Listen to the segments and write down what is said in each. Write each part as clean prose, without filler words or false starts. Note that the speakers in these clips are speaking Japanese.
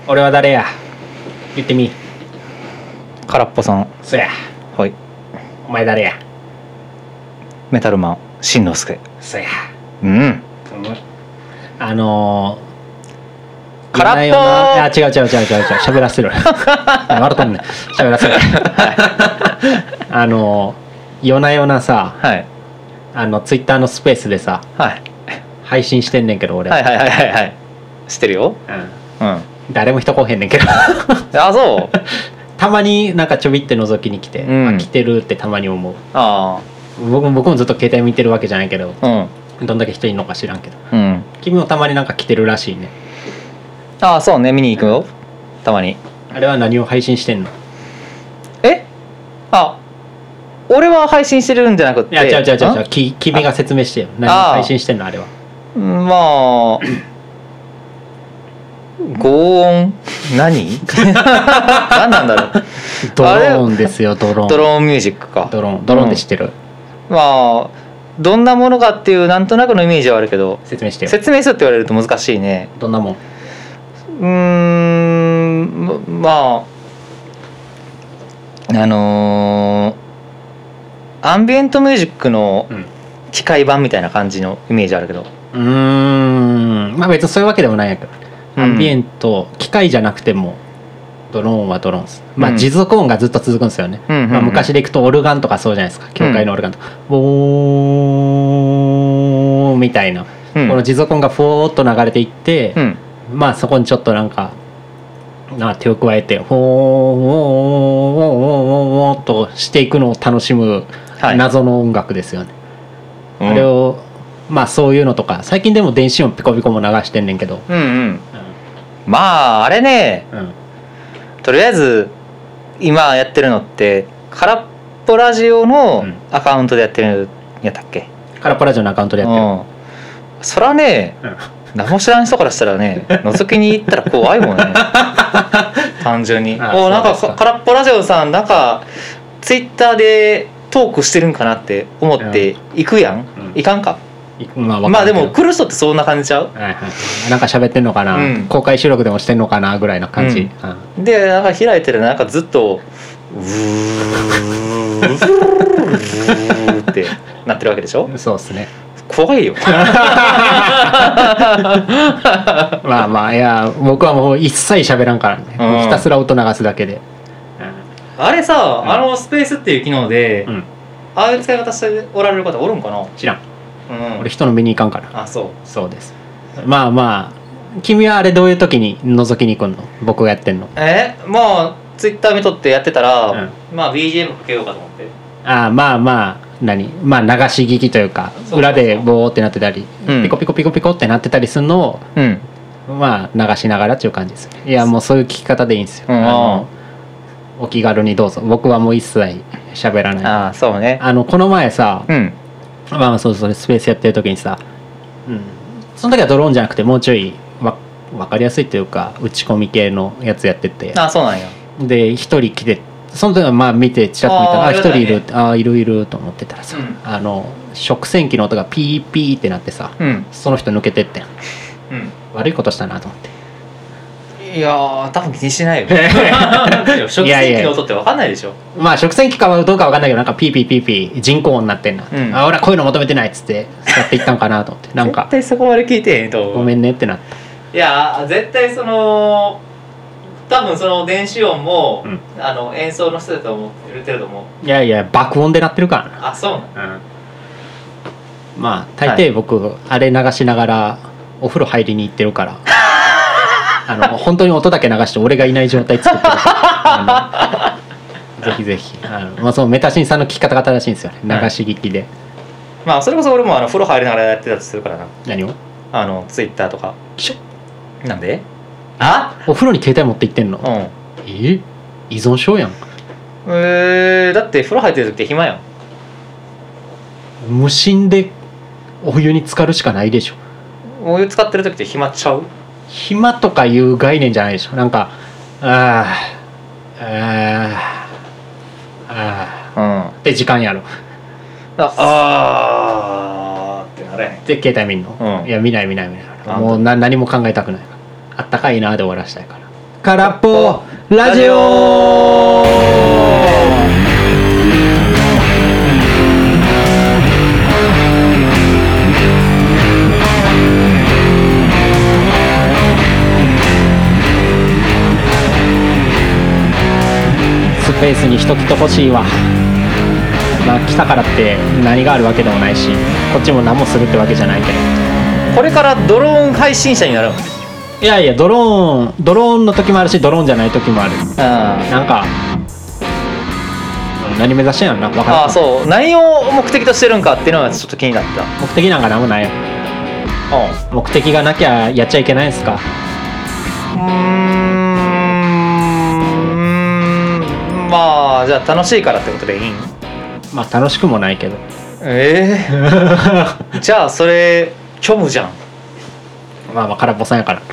俺は誰や言ってみ。 空っぽさん。 そや。 はい。 お前誰や。 メタルマンしんのすけ。 そや。 空っぽー。 いや違う喋らせろ笑とんねん喋らせろ夜な夜なさ、 はい、 ツイッターのスペースでさ、 はい、 配信してんねんけど俺。 はい知ってるよ。 誰も人来へんねんけどあ、そうたまになんかちょびって覗きに来て、来てるってたまに思う。僕もずっと携帯見てるわけじゃないけど、どんだけ人いんのか知らんけど、君もたまになんか来てるらしいね。 ああ、そうね、見に行くよたまに。 あれは何を配信してんの？ 俺は配信してるんじゃなくて。 いや違う君が説明してよ。何を配信してんのあれは。 まあ轟音何なんだろう。 ドローンですよ。ドローンミュージックか。 ドローンで知ってる？ まあどんなものかっていうなんとなくのイメージはあるけど、 説明してよ。 説明するって言われると難しいね。 どんなもん？ まあアンビエントミュージックの機械版みたいな感じのイメージあるけど、 まあ別にそういうわけでもないんやけど、アンビエント機械じゃなくてもドローンはドローンです。まあ持続音がずっと続くんですよね。まあ昔でいくとオルガンとかそうじゃないですか。教会のオルガンとかボーみたいな、この持続音がフォーっと流れていって、まあそこにちょっとなんか手を加えてホーンっとしていくのを楽しむ謎の音楽ですよね。あれをまあそういうのとか、最近でも電子音ピコピコも流してんねんけど、 まああれね、とりあえず今やってるのって空っぽラジオのアカウントでやってるやったっけ？ 空っぽラジオのアカウントでやってる。 そらね、何も知らん人からしたらね、覗きに行ったら怖いもんね単純に。なんか空っぽラジオさんなんかツイッターでトークしてるんかなって思って行くやん、行かんか。まあでも来る人ってそんな感じちゃう？ なんか喋ってんのかな、公開収録でもしてんのかなぐらいの感じ、 でなんか開いてるなんかずっとウーってなってるわけでしょ。 そうっすね。 怖いよまあいや僕はもう一切喋らんからね、ひたすら音流すだけで。 あれさ、スペースっていう機能で、ああいう使い方しておられる方おるんかな？ 知らん、俺人の見に行かんから。そうです。まあ君はあれどういう時に覗きに行くの？僕がやってんの。 まあツイッター見とってやってたら、まあ BGM かけようかと思って。 まあ流し聞きというか、裏でボーってなってたり、ピコピコピコピコってなってたりするのを、まあ流しながらっていう感じです。いやもうそういう聞き方でいいんですよ。お気軽にどうぞ。僕はもう一切喋らない。 そうね。 この前さ、まあそうスペースやってる時にさ、その時はドローンじゃなくてもうちょい分かりやすいというか打ち込み系のやつやってて。 そうなんや。 で一人来て、その時はまあ見てチラッと見たら一人いる、いると思ってたらさ、食洗機の音がピーピーってなってさ、その人抜けてってん、悪いことしたなと思って。 いや多分気にしないよ食洗機の音って分かんないでしょ。 まあ食洗機かどうか分かんないけど、なんかピーピーピーピー人工音になってんな、俺はこういうの求めてないっつって使っていったんかなと思ってなんか絶対そこまで聞いてへんとごめんねってなった。 いや絶対多分その電子音も、演奏の人だと思ってると思う。 いや爆音で鳴ってるからな。 そうなの。 まあ大抵僕、あれ流しながらお風呂入りに行ってるから本当に音だけ流して俺がいない状態作ってるからぜひぜひそのメタシンさんの聞き方が正しいんですよね、流し聞きで。 まあそれこそ俺も風呂入りながらやってたとするからな。 何を？ ツイッターとか。なんで？ お風呂に携帯持って行ってんの？依存症やん。 だって風呂入ってる時って暇やん。 無心でお湯に浸かるしかないでしょ。 お湯使ってる時って暇ちゃう？ 暇とかいう概念じゃないでしょ。なんかって時間やろ。 ってなれへん。 で携帯見んの？いや見ない。もう何も考えたくない。あったかいなで終わらしたいから。 空っぽラジオ。スペースに人来てほしいわ。まあ来たからって何があるわけでもないし、こっちも何もするってわけじゃないけど。 これからドローン配信者になるの？ いやいや、ドローンの時もあるし、ドローンじゃない時もある。なんか何目指してんやろな、分からん。 ああ、そう、何を目的としてるんかっていうのがちょっと気になった。 目的なんか何もないよ。目的がなきゃやっちゃいけないんすか？ まあじゃあ楽しいからってことでいいん？ まあ楽しくもないけど。 じゃあそれ虚無じゃん。 まあまあ空っぽさんやから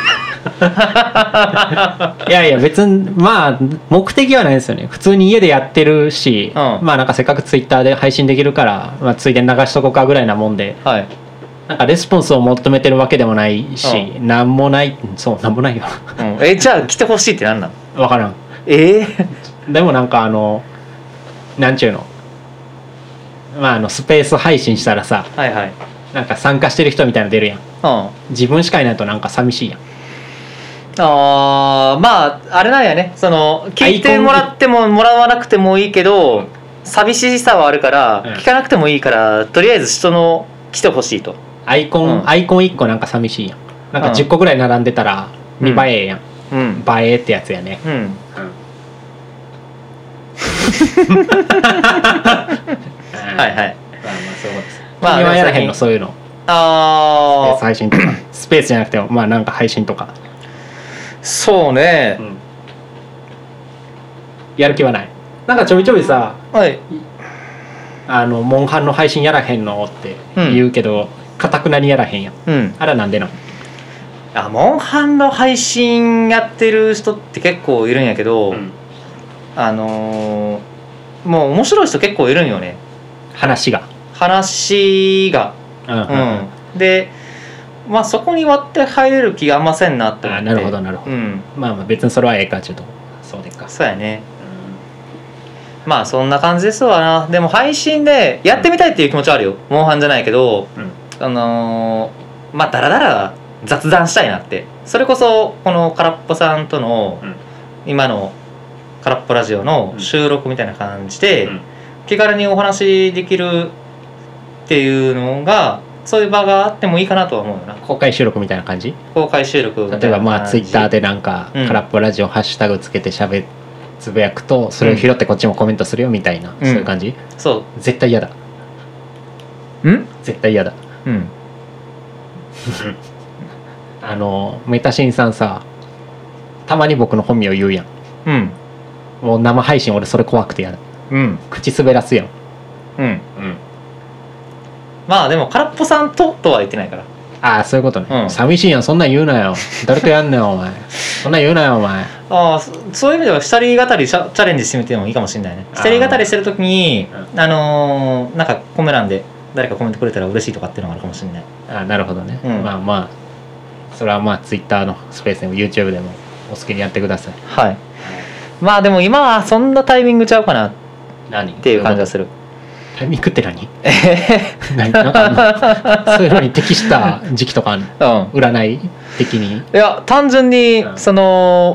いやいや別にまあ目的はないですよね。普通に家でやってるし、まあなんかせっかくツイッターで配信できるから、まあ、ついでに流しとこうかぐらいなもんで、 はい、 なんかレスポンスを求めてるわけでもないし、なんもない。そうなんもないよじゃあ来てほしいってなんなん？ 分からん。でもなんかなんちゅうの、まあスペース配信したらさ、 はいはい、 なんか参加してる人みたいなの出るやん。自分しかいないとなんか寂しいやん。 まああれなんやね、その聞いてもらってももらわなくてもいいけど寂しさはあるから、聞かなくてもいいからとりあえず人の来てほしいと。アイコン 1個なんか寂しいやん。なんか10個ぐらい並んでたら見栄えやん。映えってやつやね。 はいはい。 まあそういうことです。君はやらへんのそういうの。スペース配信とかスペースじゃなくてもまあなんか配信とか。 そうね、 やる気はない。なんかちょびちょびさ、モンハンの配信やらへんのって言うけどかたくなにやらへんやん。あれはなんでなん？ モンハンの配信やってる人って結構いるんやけど、もう面白い人結構いるんよね。話がで、まあそこに割って入れる気があんませんなって思って。 なるほどなるほど。まあまあ別にそれはええか。ちょっとそうでっか。 そうやね。まあそんな感じですわな。でも配信でやってみたいっていう気持ちはあるよ。モンハンじゃないけど、まあダラダラ雑談したいなって。それこそこの空っぽさんとの今の空っぽラジオの収録みたいな感じで気軽にお話できるっていうのが、そういう場があってもいいかなとは思うよな。 公開収録みたいな感じ？ 公開収録みたいな感じ。 例えばまあツイッターでなんか空っぽラジオハッシュタグつけてつぶやくとそれを拾ってこっちもコメントするよみたいな、そういう感じ？そう。絶対嫌だ。絶対嫌だ。メタシンさんさ、たまに僕の本名言うやん。もう生配信俺それ怖くて嫌だ。口滑らすやん。 まあでも空っぽさんとは言ってないから。 ああそういうことね。寂しいやん、そんなん言うなよ。誰とやんねんお前。そんなん言うなよお前。 そういう意味では二人語りチャレンジしてみてもいいかもしれないね。二人語りしてる時になんかコメ欄で誰かコメントくれたら嬉しいとかっていうのがあるかもしれない。 なるほどね。まあまあそれはまあツイッターのスペースでも YouTube でもお好きにやってください。はい。 まあでも今はそんなタイミングちゃうかなっていう感じがする。 タイミングって何？なんかそういうのに適した時期とかあるの？占い的に？ いや単純にその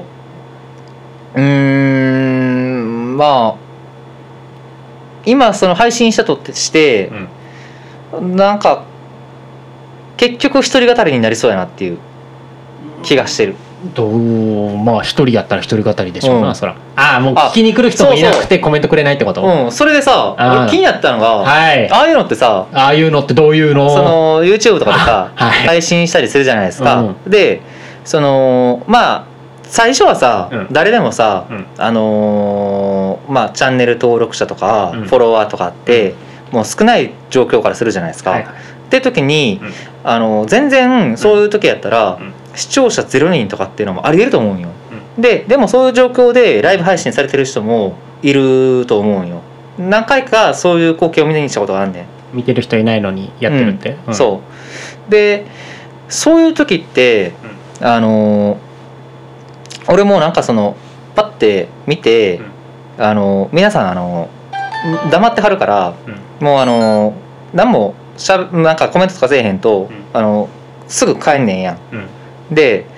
まあ今その配信者として、なんか結局一人語りになりそうやなっていう気がしてる。 まあ一人やったら一人語りでしょうな、そら。もう聞きに来る人もいなくてコメントくれないってこと？それでさ、俺気になったのが、ああいうのってさ、 ああいうのってどういうの？ その YouTube とかでさ、配信したりするじゃないですか。でそのまあ最初はさ、誰でもさ、まあチャンネル登録者とかフォロワーとかってもう少ない状況からするじゃないですか。って時に全然そういう時やったら視聴者0人とかっていうのもありえると思うんよ。でもそういう状況でライブ配信されてる人もいると思うんよ。何回かそういう光景を見にしたことがあるんね。 見てる人いないのにやってるって、そうでそういう時って俺もなんかそのパッて見て、皆さん黙ってはるから、もう何もなんかコメントとかせえへんと、すぐ帰んねんやん。で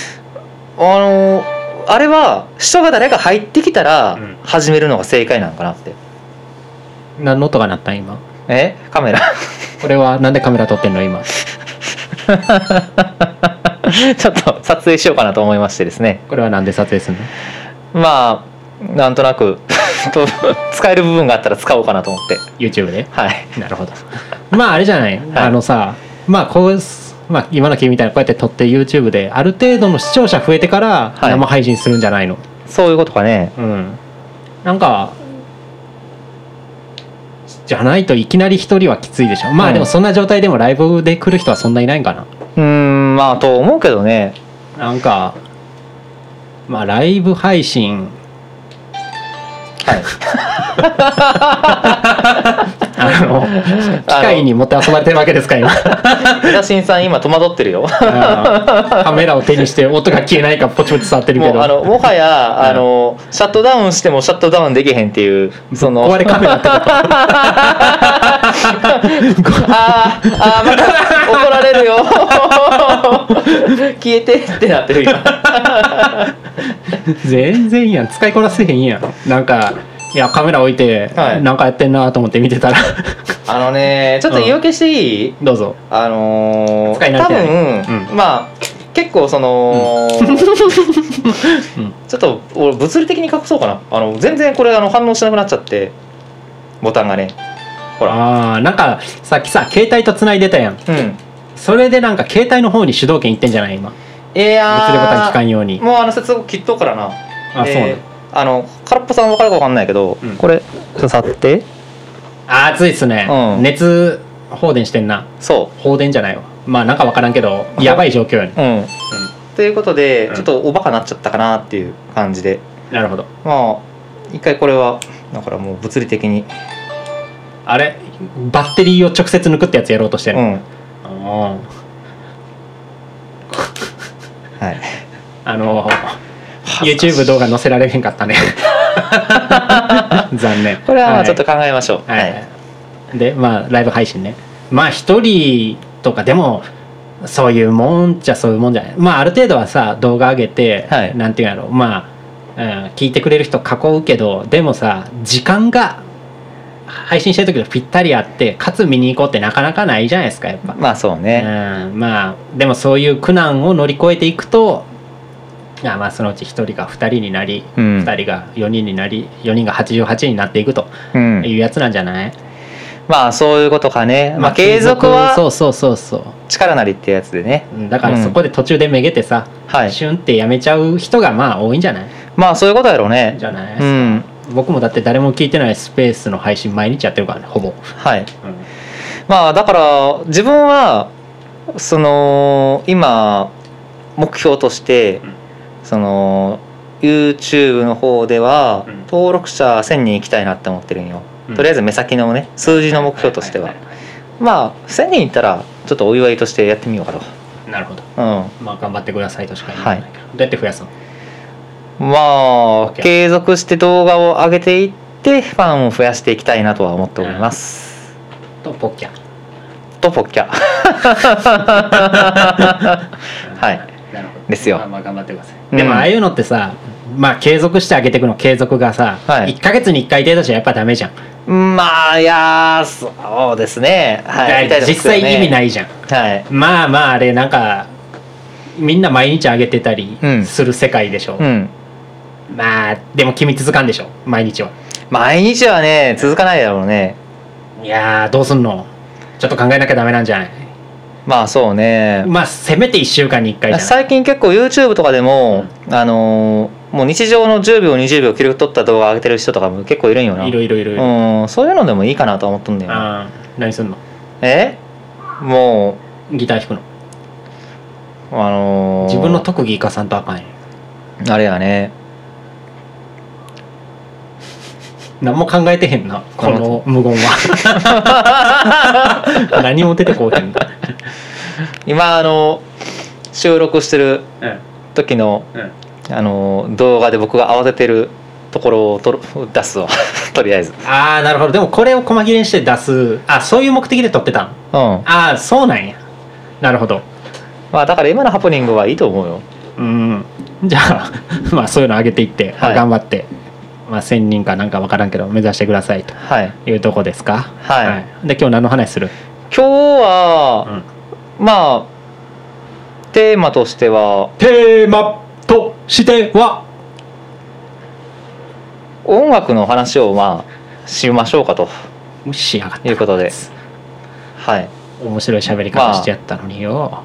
あれは人が誰か入ってきたら始めるのが正解なのかなって。 何の音が鳴ったん今？ カメラこれはなんでカメラ撮ってんの今？ ちょっと撮影しようかなと思いましてですね。 これはなんで撮影するの？まあなんとなく使える部分があったら使おうかなと思って。 YouTube で？ はい。 なるほど。まああれじゃない、はい、さまあこう、まあ、今の君みたいなこうやって撮って YouTube である程度の視聴者増えてから生配信するんじゃないの？ そういうことかね。 なんかじゃないといきなり一人はきついでしょ。まあでもそんな状態でもライブで来る人はそんないないんかな。 まあと思うけどね。 なんかまあライブ配信機械にもてあそばれてるわけですか今。 皆新さん今戸惑ってるよ。 カメラを手にして音が消えないかポチポチ触ってるけど、 もはやシャットダウンしてもシャットダウンできへんっていう、その壊れカメラってこと。 また怒られるよ。消えてってなってる今。 全然やん、使いこなせへんやん。なんかいやカメラ置いてなんかやってんなと思って見てたら、ちょっと言い訳していい？ どうぞ。使い慣れてない。 多分、まあ結構その、ちょっと俺物理的に隠そうかな。全然これ反応しなくなっちゃって、ボタンがね。ほら。 なんかさっきさ携帯とつないでたやん。それでなんか携帯の方に主導権いってんじゃない今。物理ボタン聞かんように。 もう接続切っとくからな。 そうね。 空っぽさん分かるか分かんないけど、これ触って。 熱いっすね。熱放電してんな。 そう。 放電じゃないわ。まあなんか分からんけどやばい状況やね。 ということでちょっとおバカなっちゃったかなっていう感じで。 なるほど。 まあ一回これはだからもう物理的にあれバッテリーを直接抜くってやつやろうとしてる。 はい。 YouTube 動画載せられへんかったね。残念。 これはまあちょっと考えましょう。 でまあライブ配信ね。まあ一人とかでもそういうもんじゃそういうもんじゃない。まあある程度はさ動画上げて、なんていうんやろ、まあ、聞いてくれる人囲うけど、でもさ時間が配信してる時とぴったりあってかつ見に行こうってなかなかないじゃないですかやっぱ。 まあそうね。 まあでもそういう苦難を乗り越えていくと、まあそのうち1人が2人になり、2人が4人になり、4人が88人になっていくというやつなんじゃない？ まあそういうことかね。まあ継続はそう力なりってやつでね。 だからそこで途中でめげてさ、シュンってやめちゃう人がまあ多いんじゃない？ まあそういうことやろうね。 じゃないですか。僕もだって誰も聞いてないスペースの配信毎日やってるからね、ほぼ。まあだから自分はその今目標として、その YouTube の方では登録者1000人いきたいなって思ってるんよ。とりあえず目先のね数字の目標としては、まあ1000人いったらちょっとお祝いとしてやってみようかと。 なるほど。まあ頑張ってくださいとしか言えないけど、どうやって増やすの？ まあ継続して動画を上げていってファンを増やしていきたいなとは思っております。 とポッキャはいですよ。 まあ頑張ってください。でもああいうのってさ、まあ継続して上げていくの継続がさ、1ヶ月に1回程度じゃやっぱダメじゃん。 まあいやそうですね。 実際意味ないじゃん。まああれなんかみんな毎日上げてたりする世界でしょ。まあでも君続かんでしょ毎日は。 毎日はね続かないだろうね。 いやどうすんの？ちょっと考えなきゃダメなんじゃない？ まあそうね。 まあせめて1週間に1回じゃん。 最近結構 YouTube とかでも、もう日常の10秒20秒記録取った動画上げてる人とかも結構いるんよな。 いる。 そういうのでもいいかなと思っとんだよな。 何すんの？ もうギター弾くの？自分の特技生かさんとあかんやん。 あれやね。 何も考えてへんなこの無言は。何も出てこうへん。 今収録してる時の動画で僕が慌ててるところを出すわとりあえず。 ああなるほど。でもこれを細切れにして出す、そういう目的で撮ってたん。ああそうなんや。なるほど。 まあだから今のハプニングはいいと思うよ。 じゃあまあそういうの上げていって、頑張って、まあ、1000人かなんか分からんけど目指してくださいというとこですか。で今日何の話する？ 今日は、まあテーマとしては音楽の話をまあしましょうかとしやがったいうことで、 面白い喋り方してやったのによ、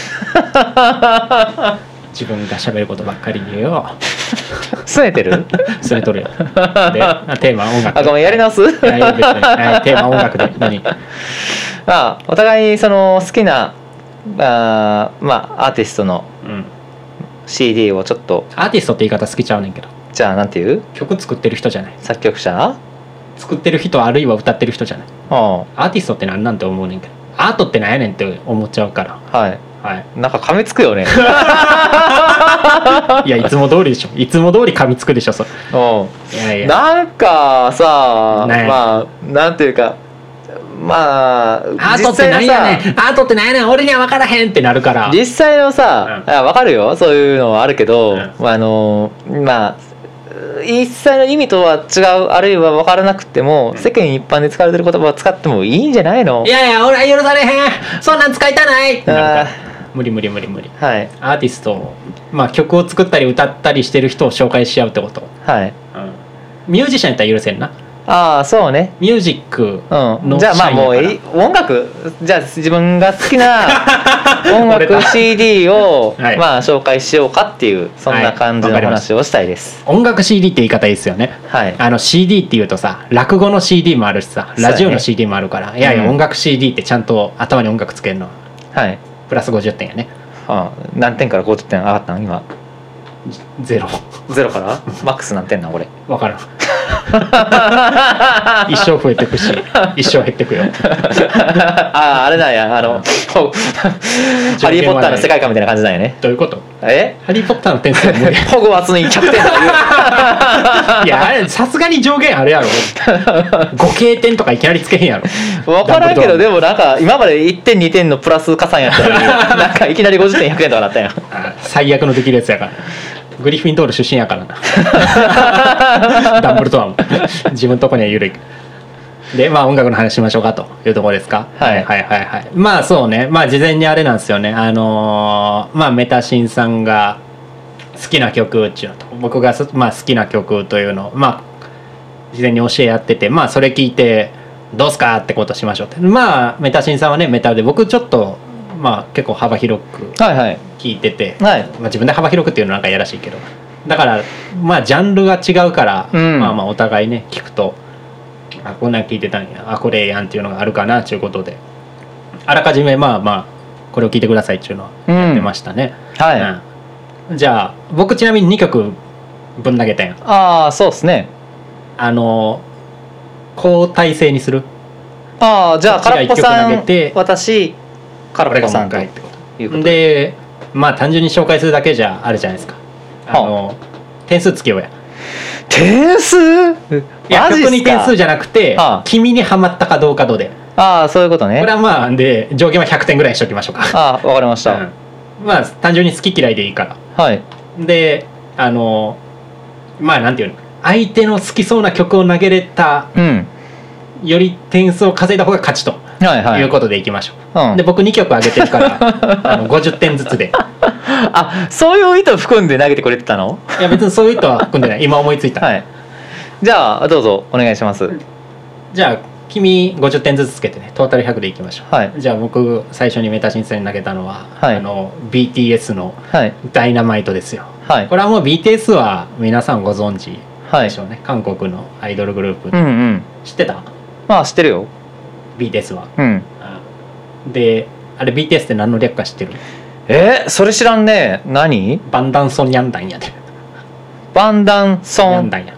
自分が喋ることばっかりによすねてるすねとるよ。でテーマ音楽。 ごめんやり直す。 別にテーマ音楽で何お互いその好きなアーティストの CD をちょっと。 アーティストって言い方好きちゃうねんけど。 じゃあなんていう？ 曲作ってる人じゃない。 作曲者？ 作ってる人あるいは歌ってる人じゃない。アーティストってなんなんて思うねんけど、アートってなんやねんって思っちゃうから。なんか噛みつくよね。 いやいつも通りでしょ。いつも通り噛みつくでしょそれ。 なんかさ、まあなんていうか、まあアートってなんやねん、アートってなんやねん、俺には分からへんってなるから。 実際のさ、分かるよ、そういうのはあるけど、まあ実際の意味とは違う、あるいは分からなくても、世間一般で使われてる言葉を使ってもいいんじゃないの？ いやいや俺は許されへん、そんなん使いたないってなるから。無理。アーティスト、曲を作ったり歌ったりしてる人を紹介し合うってこと。ミュージシャンやったら許せんな。 そうね。 ミュージックのじゃあまあもう音楽、じゃあ自分が好きな音楽 CD をまあ紹介しようかっていう、そんな感じの話をしたいです。 音楽 CD って言い方いいですよね。CD っていうとさ、落語の CD もあるしさ、ラジオの CD もあるから、いやいや音楽 CD ってちゃんと頭に音楽つけるのプラス50点やね。 何点から50点上がったの今？ゼロからマックス何点なんこれ？ 分からん。一生増えてくし一生減ってくよ。 あれなんや、ハリー・ポッターの世界観みたいな感じなんやね。 どういうこと？ハリー・ポッターの点数は無理。 ホグワーツに100点という。 いやあれさすがに上限あれやろ。合計点とかいきなりつけへんやろ。 分からんけど、でもなんか今まで1点2点のプラス加算やったのになんかいきなり50点100点とかなったんや。 最悪のできるやつやから。グリフィンドール出身やからな。ダンブルドアも自分のとこには緩いで、音楽の話しましょうかというところですか。まあそうね、事前にあれなんですよね、メタシンさんが好きな曲っていうのと、僕が好きな曲というのを事前に教え合ってて、それ聞いてどうすかってことしましょうって。メタシンさんはねメタルで、僕ちょっと結構幅広く聞いてて、自分で幅広くっていうのはなんかやらしいけど、だからジャンルが違うから、お互いね聞くと、こんなん聞いてたんや、これやんっていうのがあるかなということで、あらかじめこれを聞いてくださいっていうのはやってましたね。じゃあ僕ちなみに2曲ぶん投げたんや。 そうですね。 交代制にする。 じゃあ空っぽさん、私空っぽさんということで、単純に紹介するだけじゃあれじゃないですか。点数つけようや。 点数？ 曲に点数じゃなくて、君にハマったかどうかどうで。 そういうことね。 これはで上限は100点ぐらいにしときましょうか。 わかりました。 単純に好き嫌いでいいから。でなんていうの、相手の好きそうな曲を投げれた、より点数を稼いだ方が勝ちということでいきましょう。で僕2曲上げてるから50点ずつで。 そういう意図含んで投げてくれてたの？ いや別にそういう意図は含んでない、今思いついた。 じゃあどうぞお願いします。 じゃあ君50点ずつつけてね、トータル100でいきましょう。じゃあ僕最初にメタシンさんに投げたのは、BTS のダイナマイトですよ。これはもう BTS は皆さんご存知でしょうね。韓国のアイドルグループ、知ってた？ 知ってるよ BTS は。であれ BTS って何の略か知ってる？ それ知らんね。何？ バンダンソンニャンダンやで。 バンダンソンニャンダンや。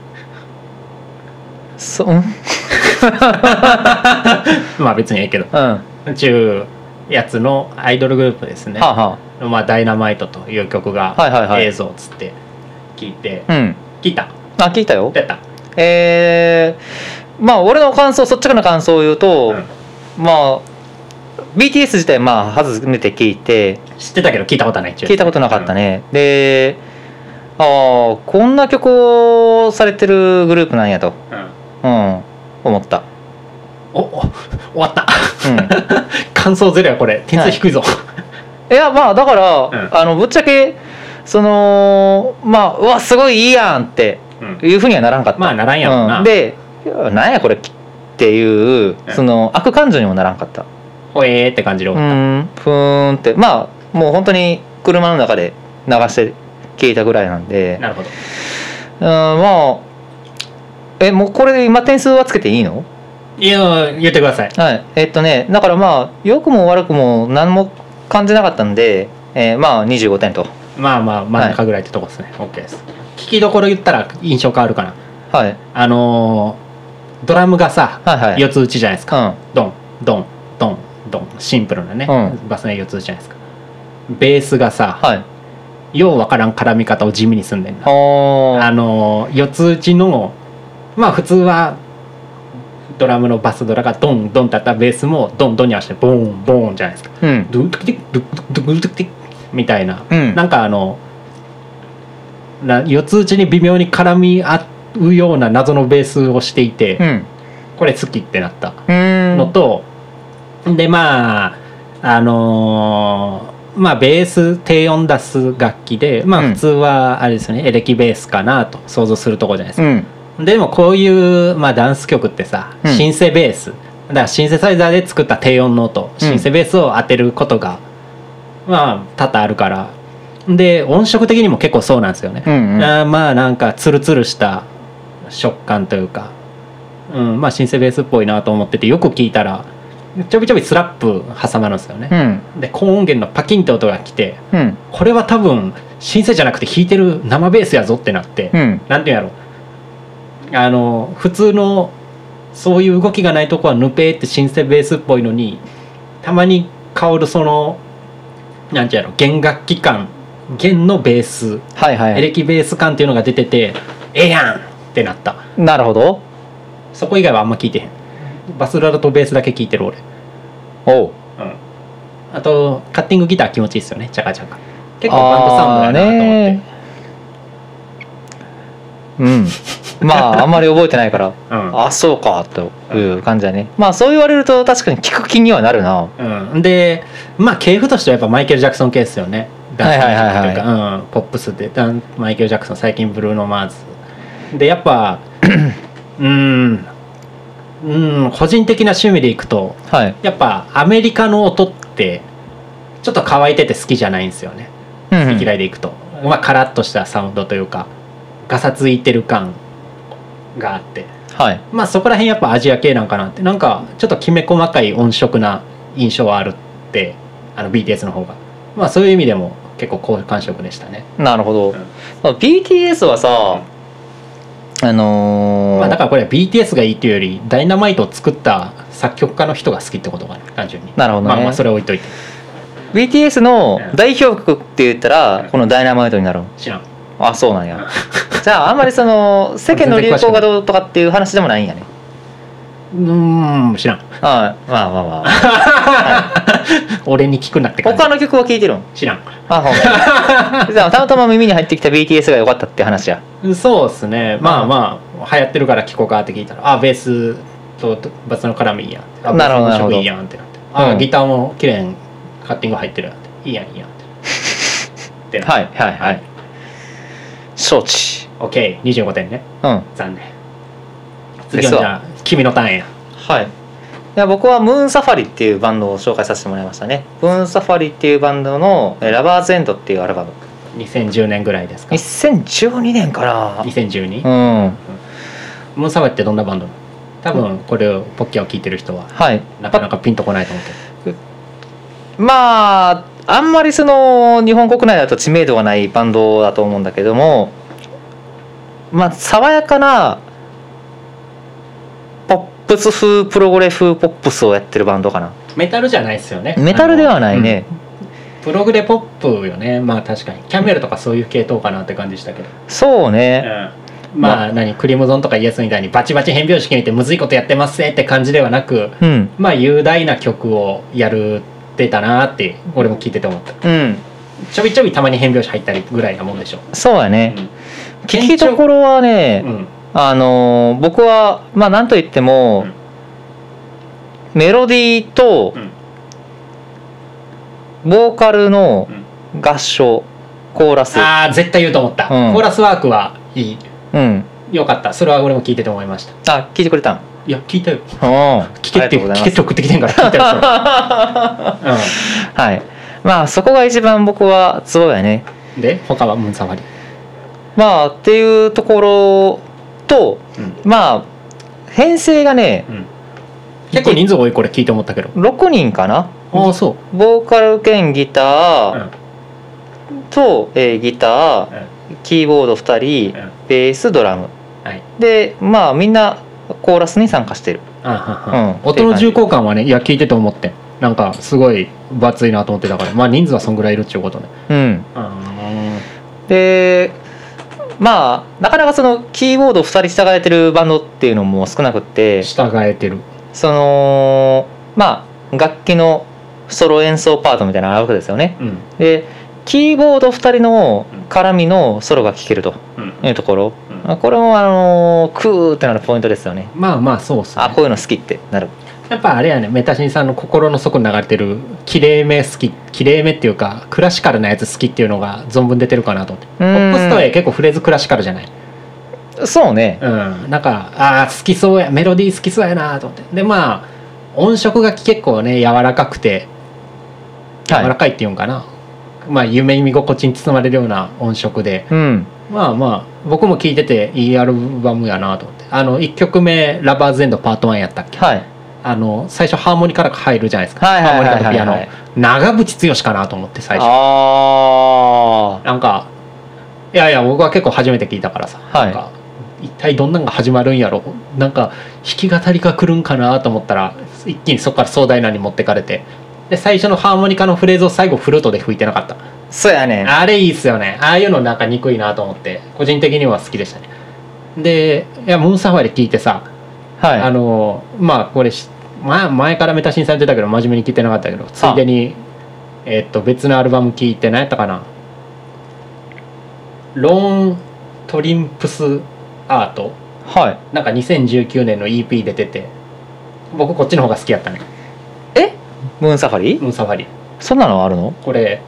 別にいいけど、ちゅうやつのアイドルグループですね。ダイナマイトという曲が映像つって聞いて、 うん、 聞いた。 あ、聞いたよ。 やった。 まあ俺の感想、率直な感想を言うと、まあ BTS 自体まあ初めて聞いて、 知ってたけど聞いたことない。 聞いたことなかったね。で、こんな曲をされてるグループなんやと、思った。 終わった。感想ゼロやこれ。点数低いぞ。 いやまあだから、ぶっちゃけそのまあうわすごいいいやんっていうふうにはならんかった。 まあならんやろな。 で、なんやこれっていうその悪感情にもならんかった。 ほえーって感じで終わった。 ふーんって、まあもう本当に車の中で流して聞いたぐらいなんで。 なるほど。 まあもうこれで今点数はつけていいの？ いや言ってください。 はい。だからまあ良くも悪くも何も感じなかったんで、まあ25点と。 まあまあ真ん中ぐらいってとこですね。OK です。聞きどころ言ったら印象変わるかな。 はい。 ドラムがさ、4つ打ちじゃないですか。ドンドンドンドン、シンプルなね、バスの4つ打ちじゃないですか。ベースがさ、ようわからん絡み方を地味にすんでんな。4つ打ちのまあ普通はドラムのバスドラがドンドンってあったらベースもドンドンに合わせてボーンボーンじゃないですか。ドゥンドゥクティドゥクドゥクドゥクティみたいな、なんか4つ打ちに微妙に絡み合うような謎のベースをしていて、これ好きってなったのと、でまあまあベース低音出す楽器で、まあ普通はあれですよね、エレキベースかなと想像するところじゃないですか。でもこういう、まあ、ダンス曲ってさ、シンセベースだからシンセサイザーで作った低音の音、シンセベースを当てることがまあ多々あるから、で音色的にも結構そうなんですよね。まあなんかツルツルした食感というか、まあシンセベースっぽいなと思ってて、よく聞いたらちょびちょびスラップ挟まるんですよね。で高音源のパキンって音が来て、これは多分シンセじゃなくて弾いてる生ベースやぞってなって、なんていうんやろ、普通のそういう動きがないとこはヌペーってシンセベースっぽいのに、たまに香るそのなんていうやろ、弦楽器感、弦のベース、エレキベース感っていうのが出てて、ええやんってなった。 なるほど。 そこ以外はあんま聞いてへん。バスドラとベースだけ聞いてる俺。あとカッティングギター気持ちいいですよね、チャカチャカ。結構バンドサウンドやなと思って。 まああんまり覚えてないから、あそうかという感じだね。まあそう言われると確かに聞く気にはなるな。 でまあ系譜としてはやっぱマイケル・ジャクソン系ですよね。ダンスミュージックというか、ポップスでマイケル・ジャクソン、最近ブルーノ・マーズでやっぱ個人的な趣味でいくと、やっぱアメリカの音ってちょっと乾いてて好きじゃないんですよね。好き嫌いでいくと、まあカラッとしたサウンドというかガサついてる感があって、まあそこら辺やっぱアジア系なんかなって、なんかちょっときめ細かい音色な印象はあるって、BTS の方が、まあそういう意味でも結構好感触でしたね。 なるほど。BTS はさ、 まあだからこれは BTS がいいっていうよりダイナマイトを作った作曲家の人が好きってことがね、単純に。 なるほどね。 まあそれ置いといて、 BTS の代表曲って言ったらこのダイナマイトになる。 知らん。 あ、そうなんや。じゃああんまりその世間の流行がどうとかっていう話でもないんやね。 知らん。 まあ俺に聞くなって感じ。 他の曲は聴いてるん？ 知らん。 ほんま。じゃあたまたま耳に入ってきた BTS が良かったって話や。 そうですね。まあまあ流行ってるから聴こうかって聞いたら、ベースとバスの絡みいいやん、 なるほどなるほど、 いいやんってなって、ギターも綺麗にカッティング入ってるやんって、いいやんいいやんってはい承知。 OK25 点ね。残念。次はじゃあ君のターンや。 いや僕はムーンサファリっていうバンドを紹介させてもらいましたね。ムーンサファリっていうバンドのラバーズエンドっていうアルバム。 2010年ぐらいですか。 2012年かな。 2012。ムーンサファリってどんなバンドなの？多分これをポッキャを聴いてる人はなかなかピンとこないと思ってる。 まああんまりその日本国内だと知名度がないバンドだと思うんだけども、まあ爽やかなポップス風プログレ風ポップスをやってるバンドかな。 メタルじゃないですよね。 メタルではないね。 プログレポップよね。まあ確かにキャメルとかそういう系統かなって感じしたけど。 そうね、 まあ何クリムゾンとかイエスみたいにバチバチ変拍子決めてむずいことやってますって感じではなく、まあ雄大な曲をやるってたなって俺も聞いてて思った。ちょびちょびたまに変拍子入ったりぐらいなもんでしょ。 そうやね、聞きどころはね、僕はまあなんといっても、メロディーとボーカルの合唱、コーラス、 絶対言うと思った、コーラスワークはいい、よかった。それは俺も聞いてて思いました。 聞いてくれたん？ いや聞いたよ。聞けって送ってきてんから聞いたよそれ。 はい、まあそこが一番僕はツボやね。 で他はムーンサファリまあっていうところと、まあ編成がね、 結構人数多い。これ聞いて思ったけど 6人かな。 そうボーカル兼ギターと、ギター、キーボード2人、ベースドラム、でまあみんなコーラスに参加してる。 音の重厚感はね、いや聞いてて思ってなんかすごい分厚いなと思ってたから、まあ人数はそんぐらいいるっちゅうことね。でまあなかなかそのキーボード2人従えてるバンドっていうのも少なくって、 従えてるそのまあ楽器のソロ演奏パートみたいなのがあるわけですよね。でキーボード2人の絡みのソロが聴けるというところ、これもクーってなるポイントですよね。 まあまあそうっすね。 こういうの好きってなる。 やっぱあれやね、メタシンさんの心の底に流れてるきれいめ好き、きれいめっていうかクラシカルなやつ好きっていうのが存分出てるかなと思って。ポップスとは結構フレーズクラシカルじゃない。 そうね、 なんか好きそうや、メロディー好きそうやなと思って。でまあ音色が結構ね柔らかくて、柔らかいっていうんかな、まあ夢見心地に包まれるような音色で、まあまあ僕も聴いてていいアルバムやなと思って。1曲目「ラバーズエンドパート1」やったっけ。最初ハーモニカから入るじゃないですか。ハーモニカとピアノ、長渕剛かなと思って最初。なんかいや僕は結構初めて聞いたからさ、なんか一体どんなんが始まるんやろ、なんか弾き語りが来るんかなと思ったら一気にそこから壮大なに持ってかれて、で最初のハーモニカのフレーズを最後フルートで吹いてなかった。 そうやね、 あれいいっすよね。ああいうのなんか憎いなと思って個人的には好きでしたね。でいやムーンサファリ聞いてさ、まあこれ前からメタシンされてたけど真面目に聞いてなかったけど、ついでに別のアルバム聞いて何やったかな、ローントリンプスアート、なんか2019年の EP 出てて、僕こっちの方が好きやったね。 ムーンサファリ？ ムーンサファリそんなのあるの？ これ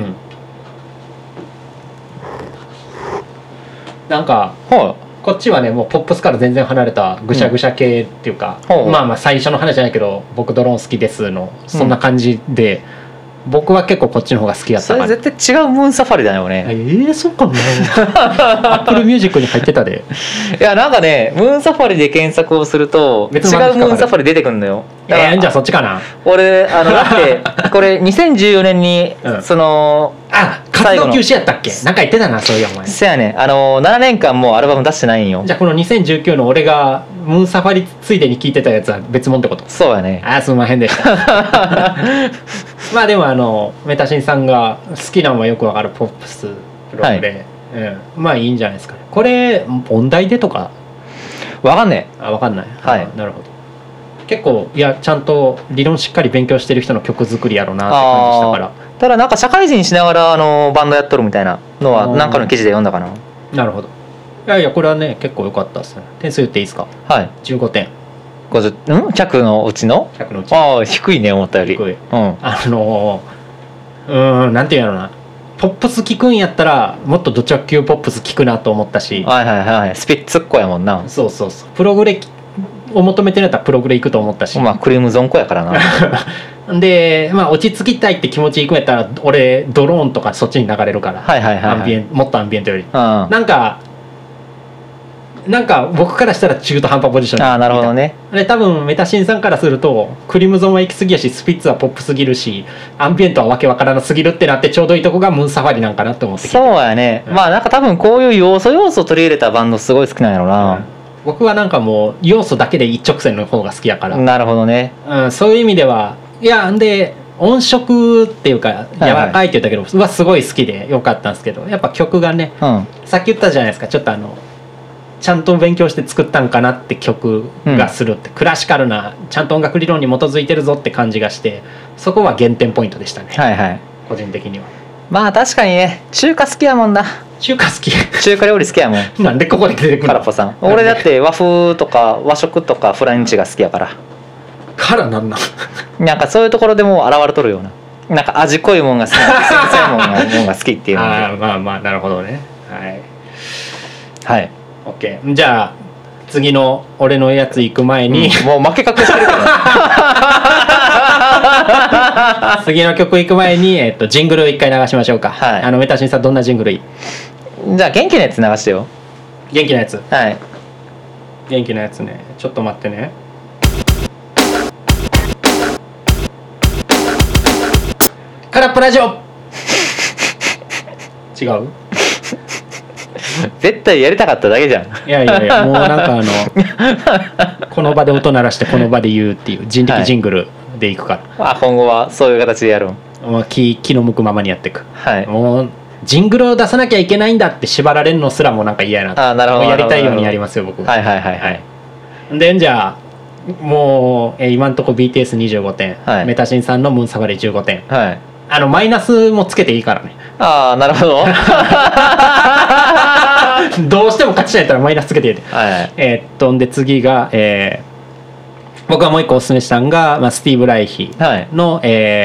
なんかこっちはねもうポップスから全然離れたぐしゃぐしゃ系っていうか、まあまあ最初の話じゃないけど僕ドローン好きですのそんな感じで、僕は結構こっちの方が好きやった。 それ絶対違うムーンサファリだよね。 そうかな。アップルミュージックに入ってたで。 いやなんかねムーンサファリで検索をすると違うムーンサファリ出てくるんだよ。 じゃあそっちかな。 俺だってこれ2014年にその活動休止やったっけ、なんか言ってたなそういやお前。 そうやね、7年間もうアルバム出してないんよ。 じゃあこの2019の俺がムーンサファリついでに聴いてたやつは別物ってこと？ そうやね。 すんまへんでした。まあでもメタシンさんが好きなのはよくわかるポップスプログで、まあいいんじゃないですかね。これ音大でとかわかんねえ。 わかんない。なるほど。結構いやちゃんと理論しっかり勉強してる人の曲作りやろうなって感じしたから。 ただなんか社会人しながらバンドやっとるみたいなのは何かの記事で読んだかな。 なるほど。いやこれはね結構良かったですね。点数言っていいですか？15点。 100のうちの 100のうち。 低いね思ったより。 低い。なんていうのな、ポップス聴くんやったらもっとド直球ポップス聴くなと思ったし、 スピッツっ子やもんな。 そうプログレを求めてるんやったらプログレ行くと思ったし、 クリームゾン子やからな。 で落ち着きたいって気持ちいくんやったら俺ドローンとかそっちに流れるから、もっとアンビエントより、なんか僕からしたら中途半端ポジションに。 なるほどね。 で多分メタシンさんからするとクリムゾンは行き過ぎやしスピッツはポップすぎるしアンビエントはわけわからなすぎるってなって、ちょうどいいとこがムーンサファリなんかなって思ってきて。 そうやね、まあなんか多分こういう要素を取り入れたバンドすごい好きなんやろな、 僕はなんかもう要素だけで一直線の方が好きやから。 なるほどね、 そういう意味では。いやで音色っていうか柔らかいって言ったけど、すごい好きでよかったんですけど、やっぱ曲がね、さっき言ったじゃないですか、ちょっとちゃんと勉強して作ったんかなって曲がするって、クラシカルなちゃんと音楽理論に基づいてるぞって感じがして、そこは減点ポイントでしたね、個人的には。 まあ確かにね、中華好きやもんな。 中華好き中華料理好きやもんなんでここで出てくるの。 空っぽさん、俺だって和風とか和食とかフランチが好きやからなんなんかそういうところでも現れとるような、なんか味濃いもんが好きな繊細もんが好きっていうのでまあなるほどね。 はい OK。 じゃあ次の俺のやつ行く前に、 もう負け確してるから次の曲行く前に、ジングル一回流しましょうか。メタシンさんどんなジングルいい？ じゃあ元気なやつ流してよ。 元気なやつ。 はい元気なやつね。ちょっと待ってね。空っぽラジオ違う？ 絶対やりたかっただけじゃん。 いやもうなんかこの場で音鳴らしてこの場で言うっていう人力ジングルでいくから、 今後はそういう形でやるん。 気の向くままにやっていく。もうジングルを出さなきゃいけないんだって縛られるのすらもなんか嫌やな。 なるほど。 やりたいようにやりますよ僕。でじゃあもう今んとこ BTS25 点、メタシンさんのムーンサファリ15点、マイナスもつけていいからね。 なるほどどうしても勝ちたいったらマイナスつけていいで。で次が、僕がもう一個おすすめしたのが、スティーブ・ライヒの、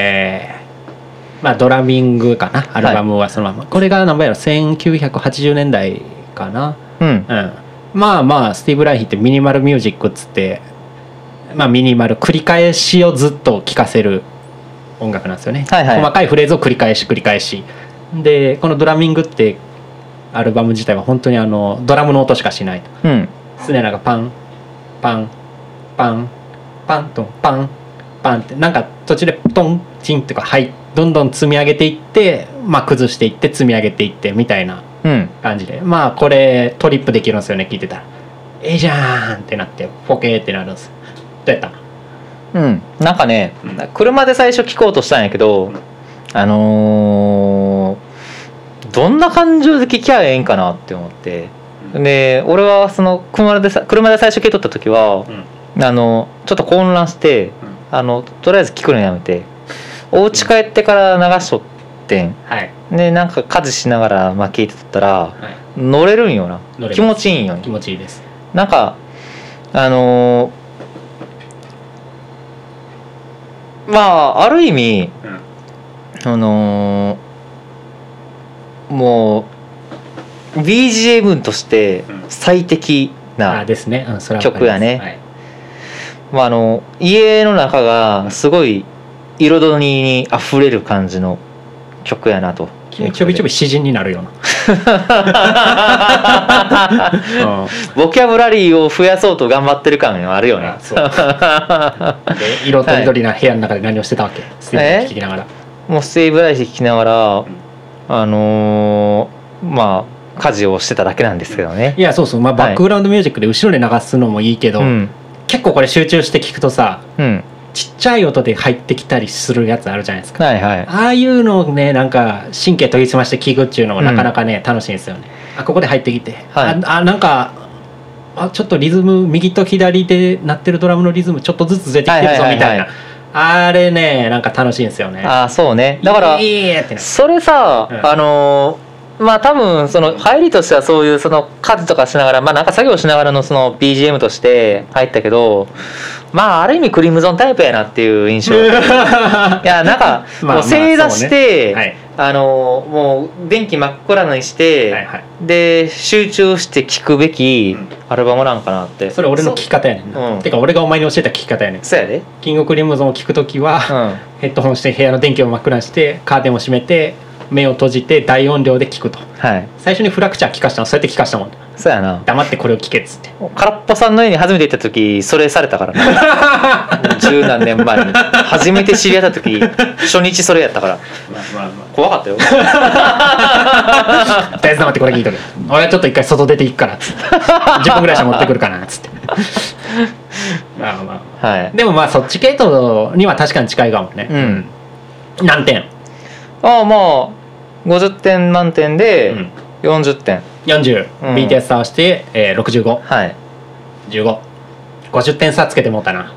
ドラミングかな、アルバムはそのまま、これが何倍やろ、1980年代かな。まあスティーブ・ライヒってミニマルミュージックっつって、ミニマル繰り返しをずっと聴かせる音楽なんですよね。細かいフレーズを繰り返しで、このドラミングってアルバム自体は本当にドラムの音しかしないと、常になんかパンパンパンパントンパンパンってなんか途中でトンチンとかどんどん積み上げていって、崩していって積み上げていってみたいな感じで、これトリップできるんですよね、聞いてたら。じゃーんってなってポケーってなるんです。どうやった？ なんかね、車で最初聞こうとしたんやけど、どんな感情で聞きゃええんかなって思って、で俺はその車で最初聞いとった時は、ちょっと混乱して、とりあえず聞くのやめてお家帰ってから流しとってん、でなんか家事しながら聞いてとったら、乗れるんよな。気持ちいいんよね。 気持ちいいです。 なんかある意味、もう BGM として最適な曲やね。家の中がすごい彩りにあふれる感じの曲やなと。 ちょびちょび詩人になるようなボキャブラリーを増やそうと頑張ってる感があるよね。 色とりどりな部屋の中で何をしてたわけ？スティーブライヒ聴きながら。 もうスティーブライヒ聴きながら家事をしてただけなんですけどね。 いやそうバックグラウンドミュージックで後ろで流すのもいいけど、結構これ集中して聴くとさ、ちっちゃい音で入ってきたりするやつあるじゃないですか。ああいうのをね、なんか神経研ぎ澄まして聴くっていうのもなかなかね、楽しいんですよね。ここで入ってきて、なんかちょっとリズム右と左で鳴ってるドラムのリズムちょっとずつずれてきてるぞみたいな、あれね、なんか楽しいんですよね。 そうね。だからそれさ、多分その入りとしてはそういうその家事とかしながらなんか作業しながらのその BGM として入ったけど、ある意味クリムゾンタイプやなっていう印象。いやなんかもう正座して、もう電気真っ暗にして、で集中して聴くべきアルバムなんかなって。 それ俺の聴き方やねんな。てか俺がお前に教えた聴き方やねん。 そうやで。 キングクリムゾンを聴くときは、ヘッドホンして部屋の電気を真っ暗にしてカーテンを閉めて目を閉じて大音量で聞くと、最初にフラクチャー聞かしたのそうやって聞かしたもん。 そうやな。 黙ってこれを聞けっつって。 空っぽさんの家に初めて行った時それされたからね。十何年前に初めて知り合った時初日それやったから怖かったよ。 とりあえず黙ってこれ聞いとる。俺はちょっと一回外出ていくからっつって10分ぐらいしたら持ってくるかなっつって。でもそっち系統には確かに近いかもね。 何点？ ああまあ50点満点で40点、 40、BTS 合わせて、65、 はい、 1550点差つけてもうたな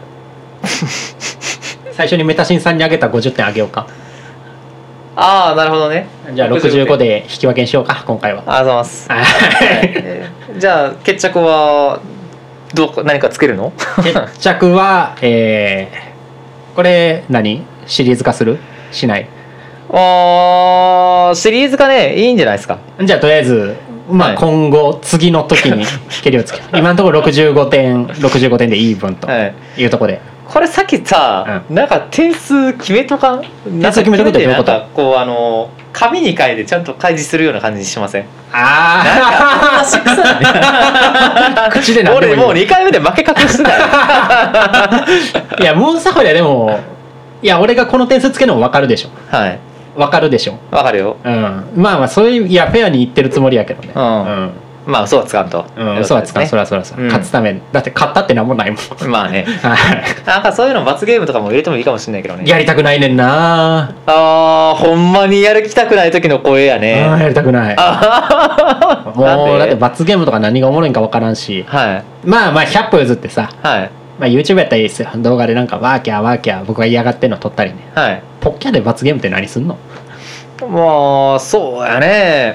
最初にメタシンさんにあげた50点あげようか。 ああなるほどね。 じゃあ65で引き分けにしようか今回は。 ありがとうございます。じゃあ決着は何かつけるの？ 決着はこれシリーズ化する？しない？ シリーズ化ね、いいんじゃないですか。 じゃあとりあえずまあ今後次の時に蹴りをつける今のところ65点でイーブンというところで、 これさっきさ、なんか点数決めとかん？ 点数決めとくってどういうこと？ こう紙に書いてちゃんと開示するような感じにしません？ ああ口で何でもいい。 俺もう2回目で負け確してたよいやもうさほりゃでもいや俺がこの点数つけるのも分かるでしょ。 はい、 分かるでしょ。 分かるよ。 まあまあそういういやフェアに言ってるつもりやけどね。 まあ嘘はつかんと。 嘘はつかん。そら勝つためだって勝ったってなんもないもん。 まあねなんかそういうの罰ゲームとかも入れてもいいかもしれないけどね。 やりたくないねんな。 ほんまにやる気たくない時の声やね。 やりたくないもうだって罰ゲームとか何がおもろいんか分からんし、まあ100歩譲ってさ、まあ YouTube やったらいいですよ。動画でなんかワーキャー僕が嫌がってんの撮ったりね。ポッキャで罰ゲームって何すんの？ もうそうやね。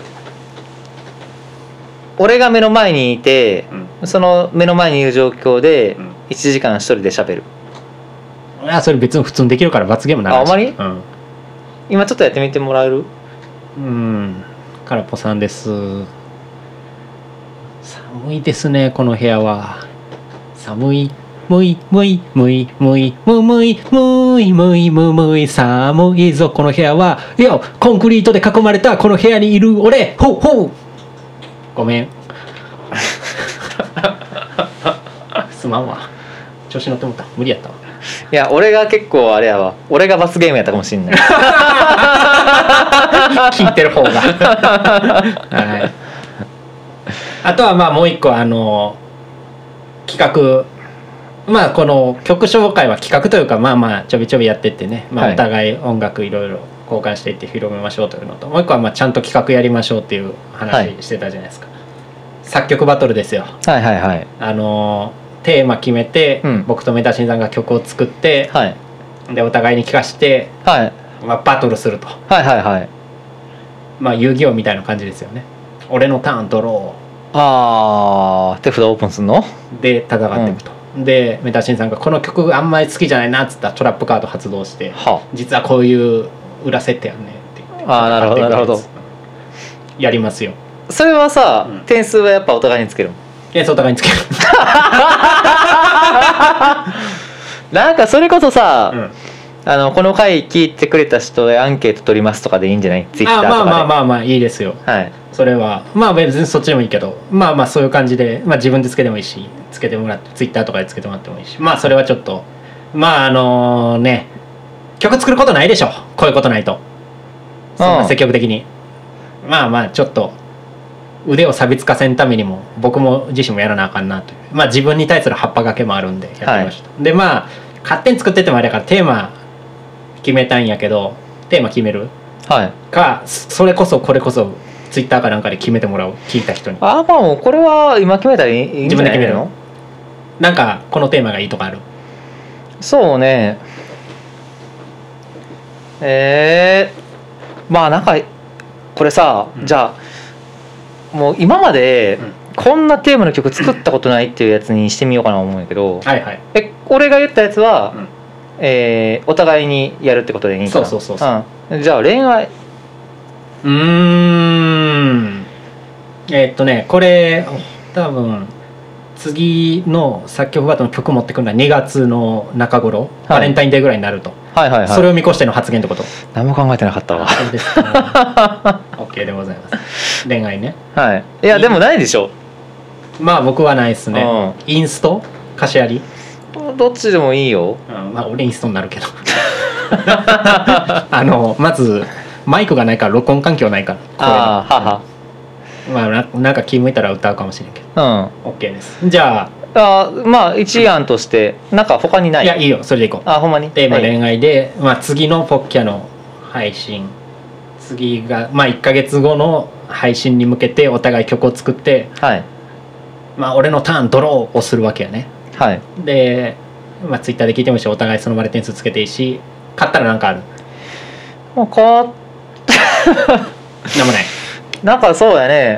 俺が目の前にいて、その目の前にいる状況で1時間一人で喋る。 それ別に普通にできるから罰ゲームなら。 あまり？今ちょっとやってみてもらえる？ からっぽさんです。寒いですねこの部屋は。寒い寒いぞこの部屋は。いやコンクリートで囲まれたこの部屋にいる俺ほうごめんすまんわ調子乗ってもった無理やったわ。 いや俺が結構あれやわ、俺が罰ゲームやったかもしんない聞いてる方がはい、あとはまあもう一個企画、まあこの曲紹介は企画というかまあまあちょびちょびやってってね、まあ、お互い音楽いろいろ交換していって広めましょうというのと、もう一個はまあちゃんと企画やりましょうっていう話してたじゃないですか、作曲バトルですよ。テーマ決めて、僕とメタシンさんが曲を作って、でお互いに聴かして、まあ、バトルすると、まあ遊戯王みたいな感じですよね。俺のターンドロー手札オープンするので戦っていくと、でメタシンさんがこの曲あんまり好きじゃないなっつったらトラップカード発動して、実はこういう裏設定やんねって言って、 なるほどやりますよ。 それはさ、点数はやっぱお互いにつけるの？ 点数お互いにつけるなんかそれこそさ、この回聞いてくれた人でアンケート取りますとかでいいんじゃない？ツイッターとかで。 まあいいですよ、それはまあ別にそっちでもいいけど、まあそういう感じで、まあ、自分でつけてもいいしつけてもらってツイッターとかでつけてもらってもいいし、まあそれはちょっとまあね曲作ることないでしょこういうことないと、そんな積極的にまあちょっと腕を錆びつかせんためにも僕も自身もやらなあかんなという、まあ自分に対する葉っぱがけもあるんでやってみました、でまあ勝手に作っててもあれだからテーマ決めたんやけど、テーマ決める、かそれこそこれこそツイッターかなんかで決めてもらう、聞いた人に。 まあもうこれは今決めたらいいんじゃないの？自分で決めるの？ なんかこのテーマがいいとかある？ そうね、まあなんかこれさ、じゃあもう今までこんなテーマの曲作ったことないっていうやつにしてみようかなと思うんやけど、俺が言ったやつは、お互いにやるってことでいいんかな？そう、じゃあ恋愛、 これ多分次の作曲バトルの曲持ってくるのは2月の中頃、バレンタインデーぐらいになると、それを見越しての発言ってこと？ 何も考えてなかったわ。 そうですか。OK でございます。恋愛ね。 いやでもないでしょ。 まあ僕はないですね。インスト？歌詞あり？ どっちでもいいよ。 まあ俺インストになるけど。まずマイクがないから録音環境ないから。まあなんか気向いたら歌うかもしれんけど。OK です。じゃあまあ一案としてなんか他にない？ いやいいよ、それでいこう。 ほんまに。 テーマ恋愛で、次のポッキャの配信、次が1ヶ月後の配信に向けてお互い曲を作って、 はい、 俺のターンドローをするわけやね。 はい。 で、ツイッターで聞いてもいいし、お互いその場で点数つけていいし、勝ったらなんかある？ もうなんもない。 なんかそうやね。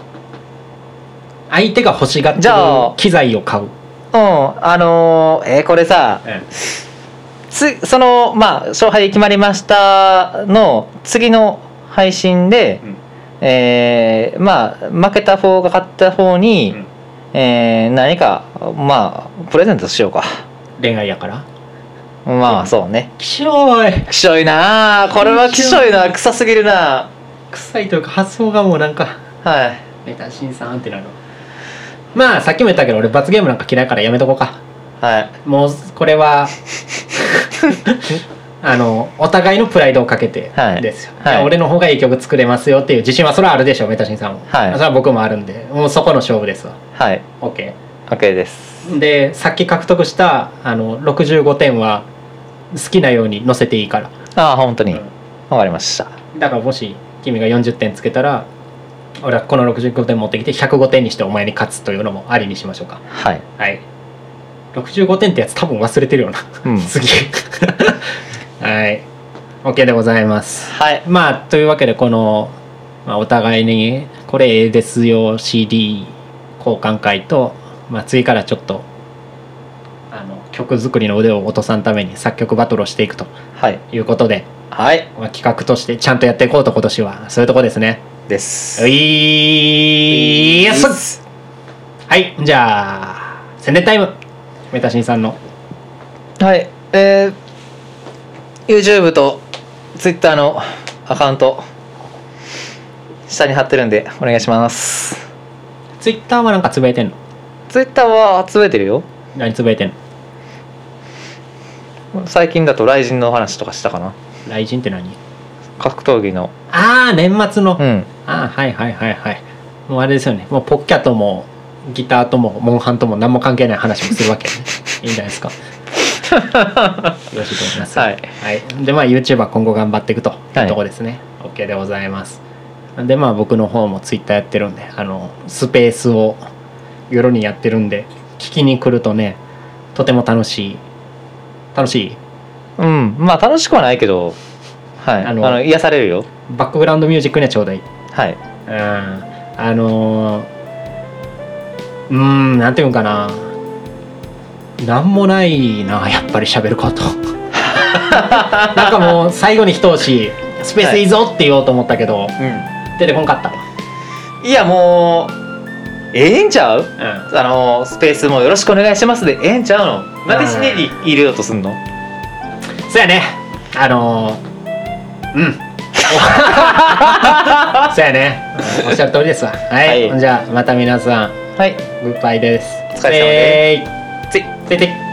相手が欲しがってる機材を買う。 これさ、その勝敗決まりましたの次の配信で、負けた方が勝った方に、何かプレゼントしようか。 恋愛やから。 そうね。 きしょいな。これはきしょいな。臭すぎるな。 臭いというか発想がもうなんか、 はい。 メタシンさんってなる。さっきも言ったけど俺罰ゲームなんか嫌いからやめとこうか。 はい。 もうこれはお互いのプライドをかけてですよ。はい、俺の方がいい曲作れますよっていう自信はそれはあるでしょ、メタシンさんも。はい。それは僕もあるんで、もうそこの勝負ですわ。 はい。 OK。 OK です。 で、さっき獲得した65点は好きなように載せていいから。 本当に。わかりました。 だからもし君が40点つけたら俺はこの65点持ってきて105点にしてお前に勝つというのもありにしましょうか。 はい、 はい、65点ってやつ多分忘れてるよな、次はい OK でございます。 はい。 というわけでこの、お互いにこれええですよ CD 交換会と、次からちょっと曲作りの腕を落とさんために作曲バトルをしていくということで、 はい、 企画としてちゃんとやっていこうと今年はそういうとこですね。 です。 はい、じゃあ宣伝タイム。メタシンさんの。 はい、YouTube と Twitter のアカウント下に貼ってるんでお願いします。 Twitter はなんかつぶやいてんの ？Twitter はつぶやいてるよ。 何つぶやいてんの？ 最近だと雷神の話とかしたかな。 雷神って何？ 格闘技の。 年末の。はいもうあれですよね。もうポッキャともギターともモンハンとも何も関係ない話もするわけね。いいんじゃないですか。よろしくお願いします。はい。でYouTuber 今後頑張っていくというところですね。OK でございます。で僕の方も Twitter やってるんでスペースを夜にやってるんで聞きに来るとねとても楽しい。楽ししくはないけど、はい、癒されるよ。 バックグラウンドミュージックにはちょうどいい。 はい。 なんていうんかな、なんもないなやっぱり喋ることなんかもう最後に一押しスペースいいぞって言おうと思ったけど、出てこんかった。 いやもうええんちゃう？スペースもよろしくお願いしますでええんちゃうの？なんでひねり入れようとすんの？ そうやね。そうやね。おっしゃる通りですわ。はい。じゃあまた皆さん。 はい。 グッバイです。 お疲れ様です。 ついて。